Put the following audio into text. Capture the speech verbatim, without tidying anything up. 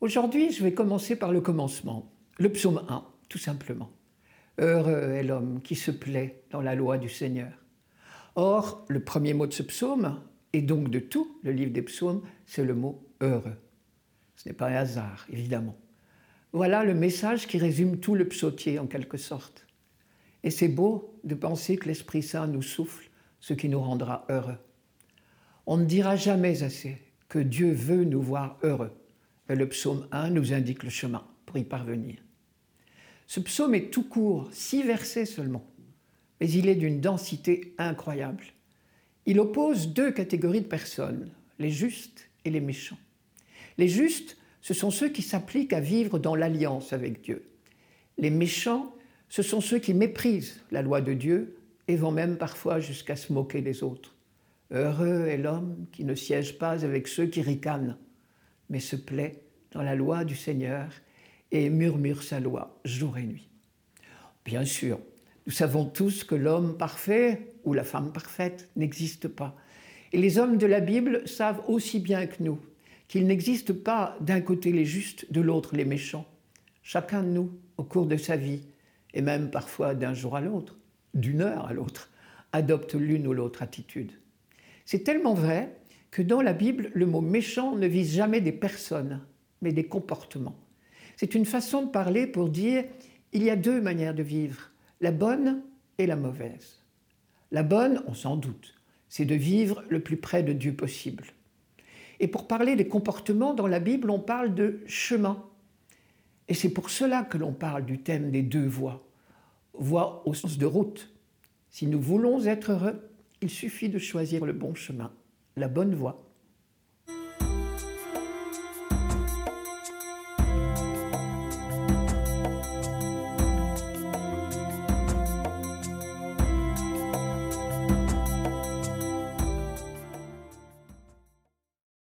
Aujourd'hui, je vais commencer par le commencement, le psaume un, tout simplement. Heureux est l'homme qui se plaît dans la loi du Seigneur. Or, le premier mot de ce psaume, et donc de tout le livre des psaumes, c'est le mot heureux. Ce n'est pas un hasard, évidemment. Voilà le message qui résume tout le psautier en quelque sorte. Et c'est beau de penser que l'Esprit Saint nous souffle ce qui nous rendra heureux. On ne dira jamais assez que Dieu veut nous voir heureux. Et le psaume un nous indique le chemin pour y parvenir. Ce psaume est tout court, six versets seulement, mais il est d'une densité incroyable. Il oppose deux catégories de personnes, les justes et les méchants. Les justes, ce sont ceux qui s'appliquent à vivre dans l'alliance avec Dieu. Les méchants, ce sont ceux qui méprisent la loi de Dieu et vont même parfois jusqu'à se moquer des autres. Heureux est l'homme qui ne siège pas avec ceux qui ricanent, mais se plaît dans la loi du Seigneur et murmure sa loi jour et nuit. Bien sûr, nous savons tous que l'homme parfait ou la femme parfaite n'existe pas. Et les hommes de la Bible savent aussi bien que nous qu'il n'existe pas d'un côté les justes, de l'autre les méchants. Chacun de nous, au cours de sa vie, et même parfois d'un jour à l'autre, d'une heure à l'autre, adopte l'une ou l'autre attitude. C'est tellement vrai que dans la Bible, le mot méchant ne vise jamais des personnes, mais des comportements. C'est une façon de parler pour dire il y a deux manières de vivre, la bonne et la mauvaise. La bonne, on s'en doute, c'est de vivre le plus près de Dieu possible. Et pour parler des comportements, dans la Bible, on parle de chemin. Et c'est pour cela que l'on parle du thème des deux voies. Voie au sens de route. Si nous voulons être heureux, il suffit de choisir le bon chemin, la bonne voie.